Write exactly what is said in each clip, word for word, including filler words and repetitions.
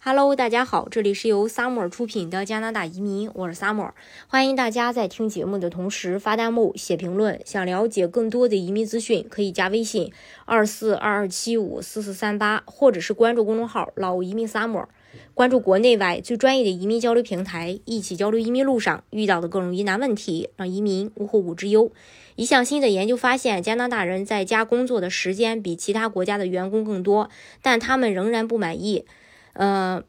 Hello， 大家好，这里是由 Summer 出品的加拿大移民，我是 Summer， 欢迎大家在听节目的同时发弹幕、写评论。想了解更多的移民资讯，可以加微信二四二二七五四四三八，或者是关注公众号老移民 Summer， 关注国内外最专业的移民交流平台，一起交流移民路上遇到的各种疑难问题，让移民无后顾之忧。一项新的研究发现，加拿大人在家工作的时间比其他国家的员工更多，但他们仍然不满意。呃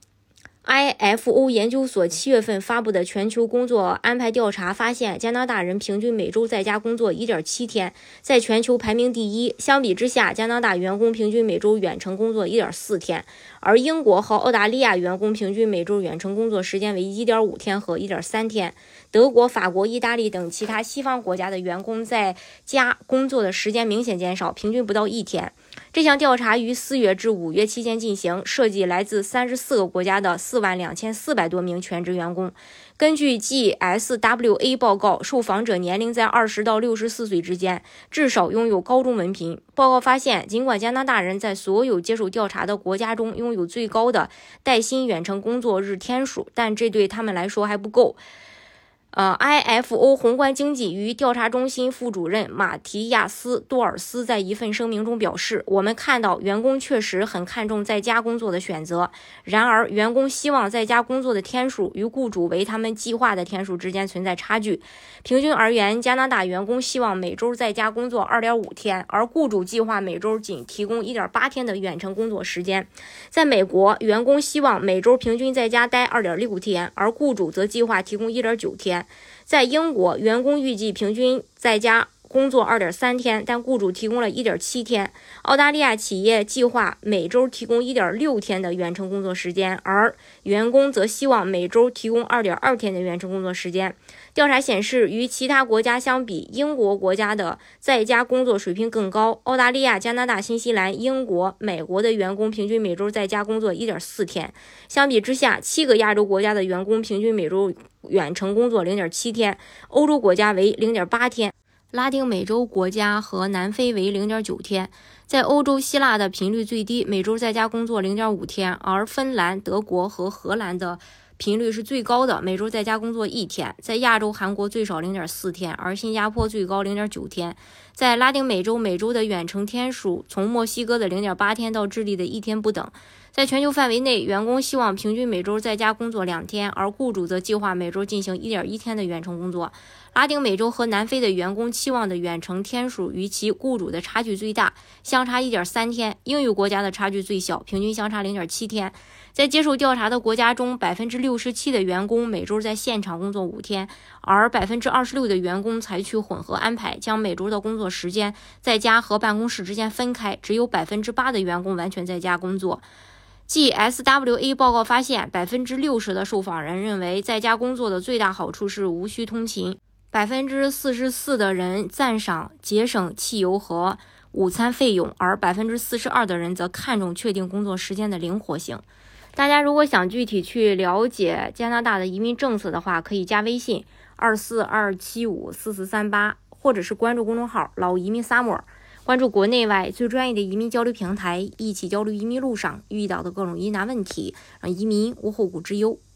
I F O 研究所七月份发布的全球工作安排调查发现，加拿大人平均每周在家工作 一点七天，在全球排名第一。相比之下，加拿大员工平均每周远程工作 一点四天，而英国和澳大利亚员工平均每周远程工作时间为 一点五天和 一点三天。德国、法国、意大利等其他西方国家的员工在家工作的时间明显减少，平均不到一天。这项调查于四月至五月期间进行，涉及来自三十四个国家的四万两千四百多名全职员工。根据 G S W A 报告，受访者年龄在二十到六十四岁之间，至少拥有高中文凭。报告发现，尽管加拿大人在所有接受调查的国家中拥有最高的带薪远程工作日天数，但这对他们来说还不够。呃 I F O 宏观经济与调查中心副主任马提亚斯·多尔斯在一份声明中表示，我们看到员工确实很看重在家工作的选择，然而员工希望在家工作的天数与雇主为他们计划的天数之间存在差距。平均而言，加拿大员工希望每周在家工作 二点五天，而雇主计划每周仅提供 一点八天的远程工作时间。在美国，员工希望每周平均在家待 二点六天，而雇主则计划提供 一点九天。在英国，员工预计平均在家工作 二点三天，但雇主提供了 一点七天。澳大利亚企业计划每周提供 一点六天的远程工作时间，而员工则希望每周提供 二点二天的远程工作时间。调查显示，与其他国家相比，英国国家的在家工作水平更高。澳大利亚、加拿大、新西兰、英国、美国的员工平均每周在家工作 一点四天。相比之下，七个亚洲国家的员工平均每周远程工作 零点七天，欧洲国家为 零点八天，拉丁美洲国家和南非为 零点九天。在欧洲，希腊的频率最低，每周在家工作 零点五天，而芬兰、德国和荷兰的频率是最高的，每周在家工作一天。在亚洲，韩国最少 零点四天，而新加坡最高 零点九天。在拉丁美洲，每周的远程天数从墨西哥的 零点八天到智利的一天不等。在全球范围内，员工希望平均每周在家工作两天，而雇主则计划每周进行 一点一天的远程工作。拉丁美洲和南非的员工期望的远程天数与其雇主的差距最大，相差 一点三天。英语国家的差距最小，平均相差 零点七天。在接受调查的国家中， 百分之六十七 的员工每周在现场工作五天，而 百分之二十六 的员工采取混合安排，将每周的工作时间在家和办公室之间分开，只有 百分之八 的员工完全在家工作。G S W A 报告发现， 百分之六十 的受访人认为在家工作的最大好处是无需通勤， 百分之四十四 的人赞赏节省汽油和午餐费用，而 百分之四十二 的人则看重确定工作时间的灵活性。大家如果想具体去了解加拿大的移民政策的话，可以加微信二四二二七五四四三八，或者是关注公众号老移民 Summer， 关注国内外最专业的移民交流平台，一起交流移民路上遇到的各种疑难问题，让移民无后顾之忧。